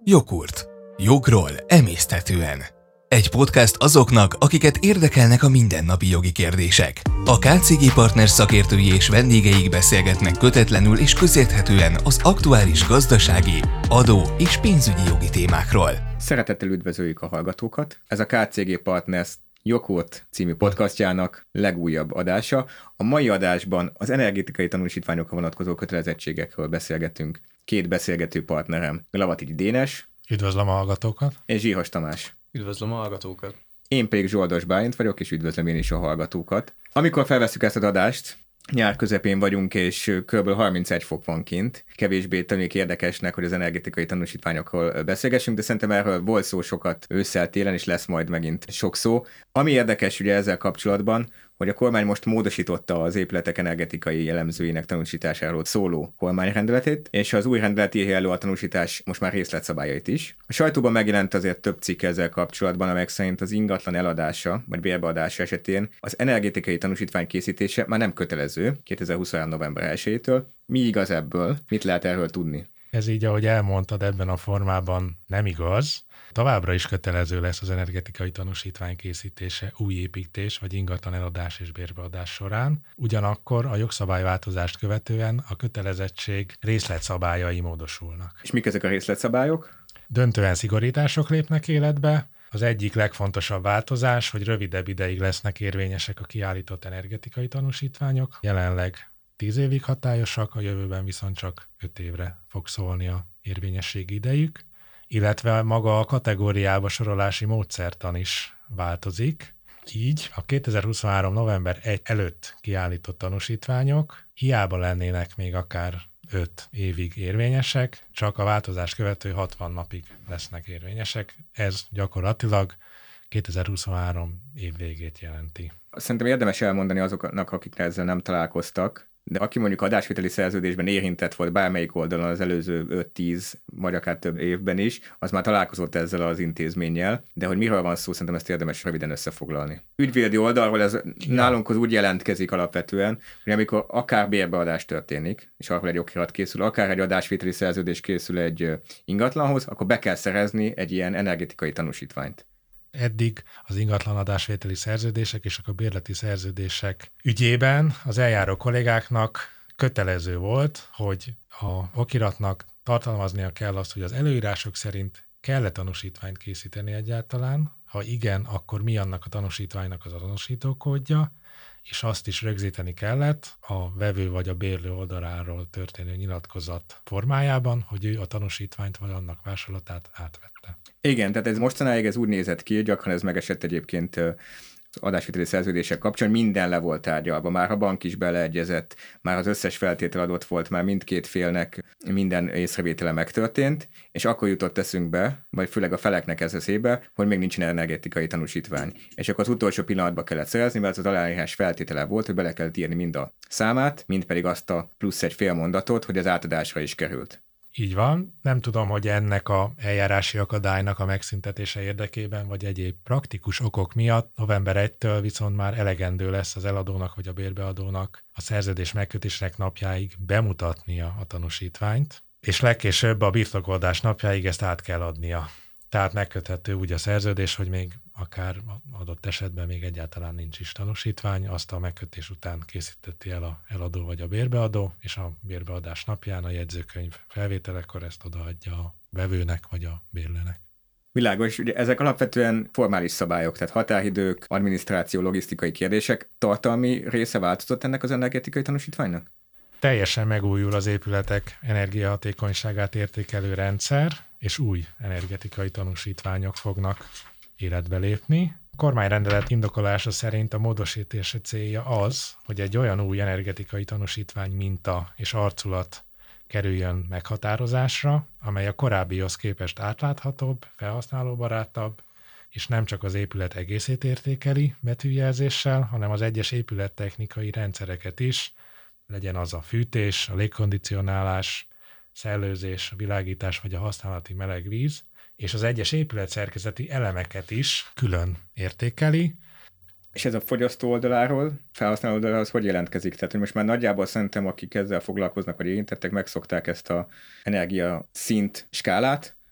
Jogurt. Jogról emészthetően. Egy podcast azoknak, akiket érdekelnek a mindennapi jogi kérdések. A KCG Partners szakértői és vendégeik beszélgetnek kötetlenül és közérthetően az aktuális gazdasági, adó és pénzügyi jogi témákról. Szeretettel üdvözöljük a hallgatókat! Ez a KCG Partners Jogurt című podcastjának legújabb adása. A mai adásban az energetikai tanúsítványokra vonatkozó kötelezettségekről beszélgetünk. Két beszélgető partnerem, Glavatics Dénes. Üdvözlöm a hallgatókat. És Zsíhos Tamás. Üdvözlöm a hallgatókat. Én pedig Zsoldos Bálint vagyok, és üdvözlöm én is a hallgatókat. Amikor felvesszük ezt az adást, nyár közepén vagyunk, és kb. 31 fok van kint. Kevésbé tűnik érdekesnek, hogy az energetikai tanúsítványokról beszélgessünk, de szerintem erről volt szó sokat ősszel, télen, és lesz majd megint sok szó. Ami érdekes ugye ezzel kapcsolatban, hogy a kormány most módosította az épületek energetikai jellemzőinek tanúsításáról szóló kormányrendeletét, és az új rendelet írja elő a tanúsítás most már részletszabályait is. A sajtóban megjelent azért több cikk ezzel kapcsolatban, amelyek szerint az ingatlan eladása vagy bérbeadása esetén az energetikai tanúsítvány készítése már nem kötelező 2023. november 1-től. Mi igaz ebből? Mit lehet erről tudni? Ez így, ahogy elmondtad, ebben a formában nem igaz. Továbbra is kötelező lesz az energetikai tanúsítvány készítése új építés vagy ingatlan eladás és bérbeadás során. Ugyanakkor a jogszabályváltozást követően a kötelezettség részletszabályai módosulnak. És mik ezek a részletszabályok? Döntően szigorítások lépnek életbe. Az egyik legfontosabb változás, hogy rövidebb ideig lesznek érvényesek a kiállított energetikai tanúsítványok. Jelenleg 10 évig hatályosak, a jövőben viszont csak 5 évre fog szólni a érvényességi idejük, illetve maga a kategóriába sorolási módszertan is változik. Így a 2023. november 1 előtt kiállított tanúsítványok hiába lennének még akár 5 évig érvényesek, csak a változás követő 60 napig lesznek érvényesek. Ez gyakorlatilag 2023 év végét jelenti. Szerintem érdemes elmondani azoknak, akik ezzel nem találkoztak, de aki mondjuk adásvételi szerződésben érintett volt bármelyik oldalon az előző 5-10, vagy akár több évben is, az már találkozott ezzel az intézménnyel, de hogy miről van szó, szerintem ezt érdemes röviden összefoglalni. Ügyvédi oldalról ez nálunk úgy jelentkezik alapvetően, hogy amikor akár bérbeadás történik, és ahol egy okirat készül, akár egy adásvételi szerződés készül egy ingatlanhoz, akkor be kell szerezni egy ilyen energetikai tanúsítványt. Eddig az ingatlanadásvételi szerződések és a bérleti szerződések ügyében az eljáró kollégáknak kötelező volt, hogy a okiratnak tartalmaznia kell azt, hogy az előírások szerint kell-e tanúsítványt készíteni egyáltalán, ha igen, akkor mi annak a tanúsítványnak az azonosítókódja, és azt is rögzíteni kellett a vevő vagy a bérlő oldaláról történő nyilatkozat formájában, hogy ő a tanúsítványt vagy annak másolatát átvette. Igen, tehát ez mostanáig ez úgy nézett ki, gyakran ez megesett egyébként az adásvételi szerződések kapcsán, minden le volt tárgyalva, már a bank is beleegyezett, már az összes feltétel adott volt, már mindkét félnek minden észrevétele megtörtént, és akkor jutott eszünkbe, vagy főleg a feleknek ez eszébe, hogy még nincsen energetikai tanúsítvány. És akkor az utolsó pillanatban kellett szerezni, mert az aláírás feltétele volt, hogy bele kellett írni mind a számát, mind pedig azt a plusz egy fél mondatot, hogy az átadásra is került. Így van. Nem tudom, hogy ennek a eljárási akadálynak a megszüntetése érdekében, vagy egyéb praktikus okok miatt november 1-től viszont már elegendő lesz az eladónak vagy a bérbeadónak a szerződés megkötésének napjáig bemutatnia a tanúsítványt, és legkésőbb a birtokoldás napjáig ezt át kell adnia. Tehát megköthető úgy a szerződés, hogy még akár adott esetben még egyáltalán nincs is tanúsítvány, azt a megkötés után készíteti el a eladó vagy a bérbeadó, és a bérbeadás napján a jegyzőkönyv felvételekor ezt odaadja a vevőnek vagy a bérlőnek. Világos, ugye ezek alapvetően formális szabályok, tehát határidők, adminisztráció, logisztikai kérdések. Tartalmi része változott ennek az energetikai tanúsítványnak? Teljesen megújul az épületek energiahatékonyságát értékelő rendszer, és új energetikai tanúsítványok fognak életbe lépni. A kormányrendelet indokolása szerint a módosítás célja az, hogy egy olyan új energetikai tanúsítvány minta és arculat kerüljön meghatározásra, amely a korábbihoz képest átláthatóbb, felhasználóbarátabb, és nem csak az épület egészét értékeli betűjelzéssel, hanem az egyes épülettechnikai rendszereket is, legyen az a fűtés, a légkondicionálás, szellőzés, a világítás vagy a használati meleg víz, és az egyes épületszerkezeti elemeket is külön értékeli. És ez a fogyasztó oldaláról, felhasználó oldaláról az hogy jelentkezik? Tehát, hogy most már nagyjából szerintem, akik ezzel foglalkoznak, vagy érintettek, megszokták ezt a energia szint skálát,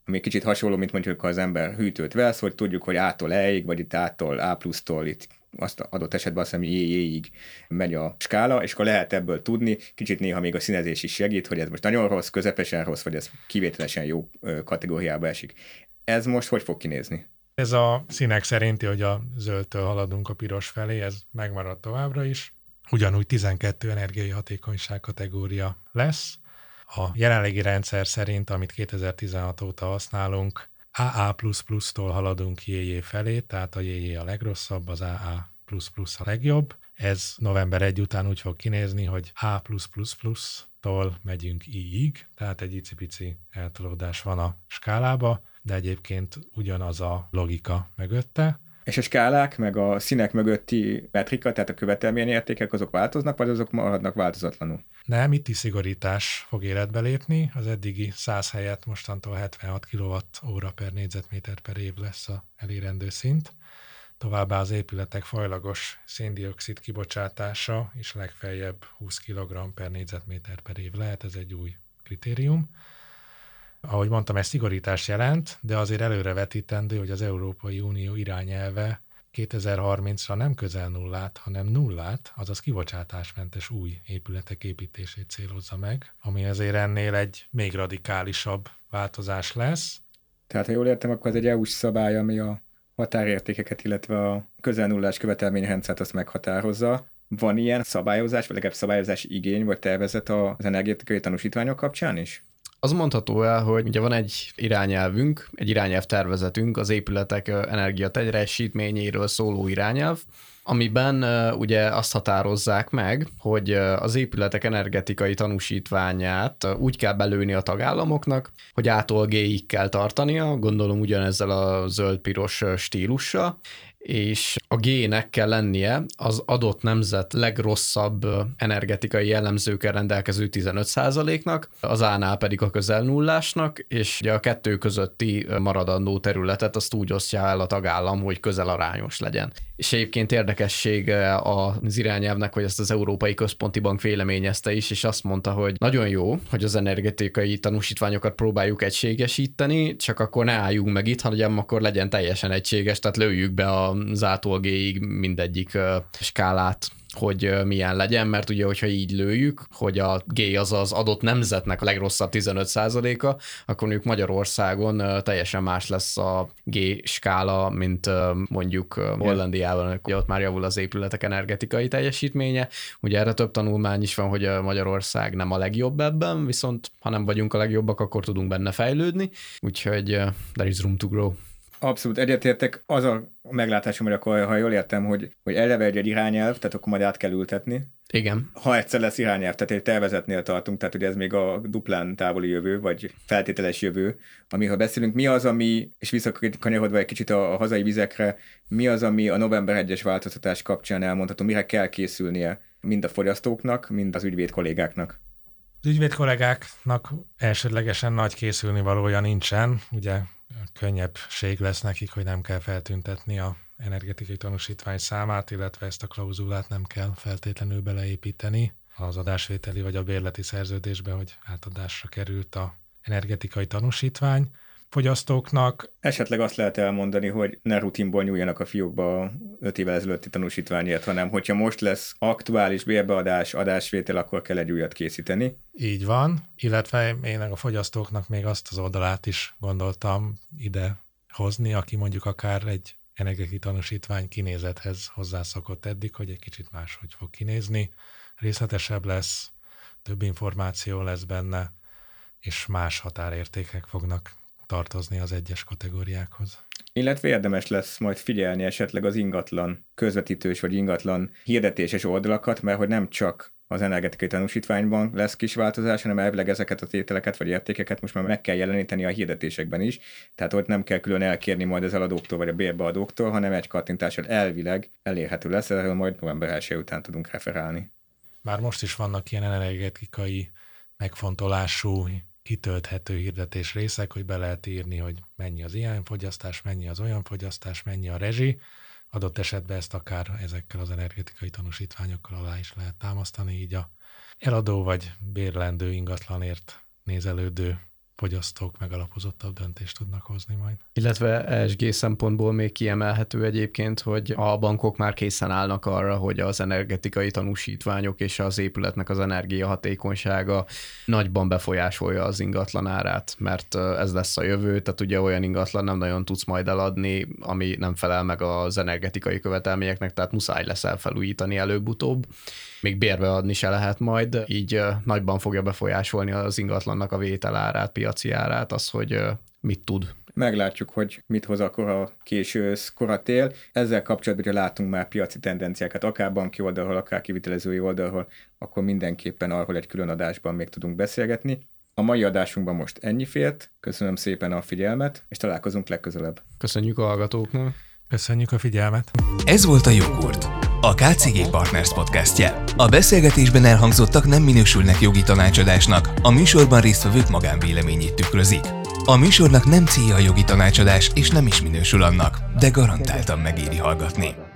ami kicsit hasonló, mint mondjuk, ha az ember hűtőt vesz, hogy tudjuk, hogy A-tól E-ig, vagy itt A-tól A+-tól itt azt adott esetben azt hiszem J-ig megy a skála, és akkor lehet ebből tudni, kicsit néha még a színezés is segít, hogy ez most nagyon rossz, közepesen rossz, vagy ez kivételesen jó kategóriába esik. Ez most hogy fog kinézni? Ez a színek szerinti, hogy a zöldtől haladunk a piros felé, ez megmarad továbbra is. Ugyanúgy 12 energiai hatékonyság kategória lesz. A jelenlegi rendszer szerint, amit 2016 óta használunk, AA++-tól haladunk JJ felé, tehát a JJ a legrosszabb, az AA++ a legjobb. Ez november 1 után úgy fog kinézni, hogy A+++-tól megyünk I-ig, tehát egy icipici eltolódás van a skálába, de egyébként ugyanaz a logika mögötte. És a skálák, meg a színek mögötti metrika, tehát a követelményértékek, azok változnak, vagy azok maradnak változatlanul? Nem, itt is szigorítás fog életbe lépni. Az eddigi 100 helyett mostantól 76 kWh per négyzetméter per év lesz a elérendő szint. Továbbá az épületek fajlagos szén-dioxid kibocsátása is legfeljebb 20 kg per négyzetméter per év lehet, ez egy új kritérium. Ahogy mondtam, ez szigorítást jelent, de azért előrevetítendő, hogy az Európai Unió irányelve 2030-ra nem közel nullát, hanem nullát, azaz kibocsátásmentes új épületek építését célozza meg, ami azért ennél egy még radikálisabb változás lesz. Tehát, ha jól értem, akkor ez egy EU-s szabály, ami a határértékeket, illetve a közel nullás követelményrendszert azt meghatározza. Van ilyen szabályozás, vagy legalább szabályozási igény, vagy tervezet az energetikai tanúsítványok kapcsán is? Az mondható el, hogy ugye van egy irányelvünk, egy irányelvtervezetünk, az épületek energiateljesítményéről szóló irányelv, amiben ugye azt határozzák meg, hogy az épületek energetikai tanúsítványát úgy kell belőni a tagállamoknak, hogy A-tól G-ig kell tartania, gondolom ugyanezzel a zöld-piros stílussal, és a G-nek kell lennie az adott nemzet legrosszabb energetikai jellemzőkkel rendelkező 15%-nak, az A-nál pedig a közel nullásnak, és ugye a kettő közötti maradandó területet azt úgy osztja el a tagállam, hogy közel arányos legyen. És egyébként érdekessége az irányelvnek, hogy ezt az Európai Központi Bank véleményezte is, és azt mondta, hogy nagyon jó, hogy az energetikai tanúsítványokat próbáljuk egységesíteni, csak akkor ne álljunk meg itt, hanem akkor legyen teljesen egységes, tehát lőjük be az A-tól G-ig mindegyik skálát, hogy milyen legyen, mert ugye, hogyha így lőjük, hogy a G az az adott nemzetnek a legrosszabb 15%-a, akkor mondjuk Magyarországon teljesen más lesz a G skála, mint mondjuk Hollandiában, ugye ott már javul az épületek energetikai teljesítménye. Ugye erre több tanulmány is van, hogy Magyarország nem a legjobb ebben, viszont ha nem vagyunk a legjobbak, akkor tudunk benne fejlődni, úgyhogy there is room to grow. Abszolút egyetértek. Az a meglátásom, hogy akkor, ha jól értem, hogy eleve egy irányelv, tehát akkor majd át kell ültetni. Igen. Ha egyszer lesz irányelv, tehát egy tervezetnél tartunk, tehát ugye ez még a duplán távoli jövő, vagy feltételes jövő, ami ha beszélünk, mi az, ami, és visszakanyarodva egy kicsit a hazai vizekre, mi az, ami a november 1-es változtatás kapcsán elmondható, mire kell készülnie mind a fogyasztóknak, mind az ügyvéd kollégáknak? Az ügyvéd kollégáknak elsődlegesen nagy készülnivalója nincsen, ugye könnyebbség lesz nekik, hogy nem kell feltüntetni a energetikai tanúsítvány számát, illetve ezt a klauzulát nem kell feltétlenül beleépíteni az adásvételi vagy a bérleti szerződésbe, hogy átadásra került a energetikai tanúsítvány. Fogyasztóknak esetleg azt lehet elmondani, hogy ne rutinból nyúljanak a fiókba 5 évvel ezelőtti tanúsítványért, hanem hogyha most lesz aktuális bérbeadás, adásvétel, akkor kell egy újat készíteni. Így van, illetve én a fogyasztóknak még azt az oldalát is gondoltam ide hozni, aki mondjuk akár egy energetikai tanúsítvány kinézethez hozzászokott eddig, hogy egy kicsit máshogy fog kinézni, részletesebb lesz, több információ lesz benne, és más határértékek fognak tartozni az egyes kategóriákhoz. Illetve érdemes lesz majd figyelni esetleg az ingatlan közvetítős vagy ingatlan hirdetéses oldalakat, mert hogy nem csak az energetikai tanúsítványban lesz kis változás, hanem elvileg ezeket a tételeket vagy értékeket most már meg kell jeleníteni a hirdetésekben is, tehát ott nem kell külön elkérni majd az eladóktól vagy a bérbeadóktól, hanem egy kattintással elvileg elérhető lesz, erről majd november 1 után tudunk referálni. Már most is vannak ilyen energetikai megfontolású kitölthető hirdetés részek, hogy be lehet írni, hogy mennyi az ilyen fogyasztás, mennyi az olyan fogyasztás, mennyi a rezsi. Adott esetben ezt akár ezekkel az energetikai tanúsítványokkal alá is lehet támasztani, így a eladó vagy bérlendő ingatlanért nézelődő fogyasztók megalapozottabb döntést tudnak hozni majd. Illetve ESG szempontból még kiemelhető egyébként, hogy a bankok már készen állnak arra, hogy az energetikai tanúsítványok és az épületnek az energiahatékonysága nagyban befolyásolja az ingatlan árát, mert ez lesz a jövő, tehát ugye olyan ingatlan nem nagyon tudsz majd eladni, ami nem felel meg az energetikai követelményeknek, tehát muszáj lesz elfelújítani előbb-utóbb. Még bérbe adni se lehet majd, így nagyban fogja befolyásolni az ingatlannak a vételárát, piaci árát, az, hogy mit tud. Meglátjuk, hogy mit hoz akkor a késő ősz, kora tél. Ezzel kapcsolatban, hogyha látunk már piaci tendenciákat, akár banki oldalról, akár kivitelezői oldalról, akkor mindenképpen arról egy külön adásban még tudunk beszélgetni. A mai adásunkban most ennyi fért. Köszönöm szépen a figyelmet, és találkozunk legközelebb. Köszönjük a hallgatóknak. Köszönjük a figyelmet. Ez volt a Jogurt, a KCG Partners podcastje. A beszélgetésben elhangzottak nem minősülnek jogi tanácsadásnak, a műsorban résztvevők magánvéleményét tükrözik. A műsornak nem célja a jogi tanácsadás, és nem is minősül annak, de garantáltan megéri hallgatni.